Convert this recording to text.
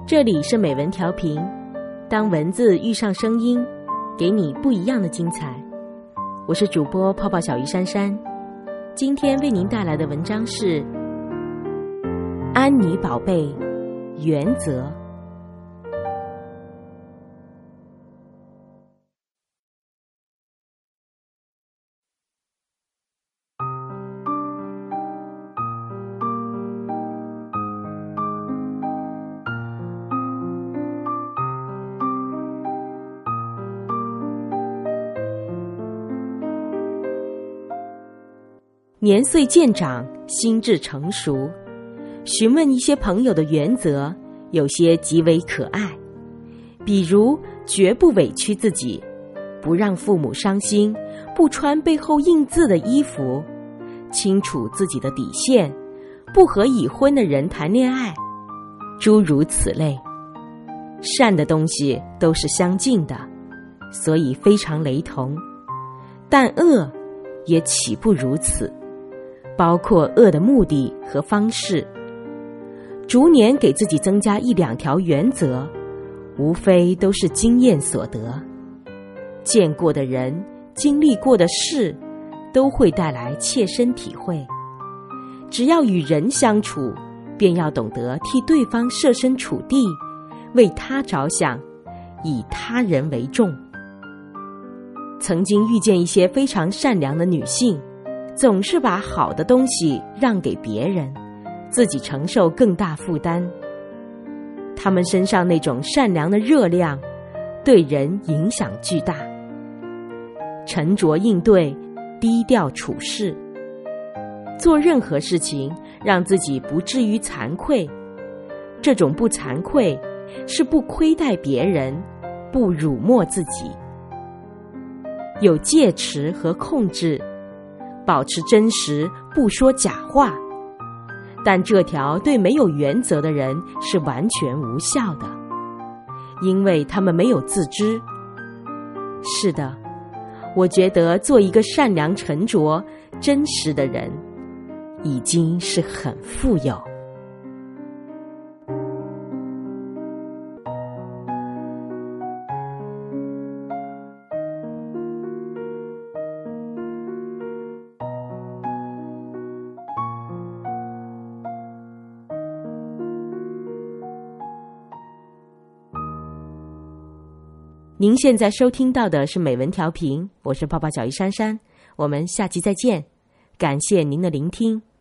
这里是美文调频，当文字遇上声音，给你不一样的精彩。我是主播泡泡小鱼珊珊，今天为您带来的文章是安妮宝贝原则。年岁渐长，心智成熟，询问一些朋友的原则，有些极为可爱。比如，绝不委屈自己，不让父母伤心，不穿背后印字的衣服，清楚自己的底线，不和已婚的人谈恋爱，诸如此类。善的东西都是相近的，所以非常雷同，但恶也岂不如此，包括恶的目的和方式。逐年给自己增加一两条原则，无非都是经验所得。见过的人，经历过的事，都会带来切身体会。只要与人相处，便要懂得替对方设身处地，为他着想，以他人为重。曾经遇见一些非常善良的女性，总是把好的东西让给别人，自己承受更大负担。他们身上那种善良的热量，对人影响巨大。沉着应对，低调处事，做任何事情让自己不至于惭愧。这种不惭愧，是不亏待别人，不辱没自己。有戒持和控制，保持真实，不说假话。但这条对没有原则的人是完全无效的，因为他们没有自知。是的，我觉得做一个善良、沉着、真实的人，已经是很富有。您现在收听到的是美文调频，我是泡泡小鱼珊珊，我们下期再见，感谢您的聆听。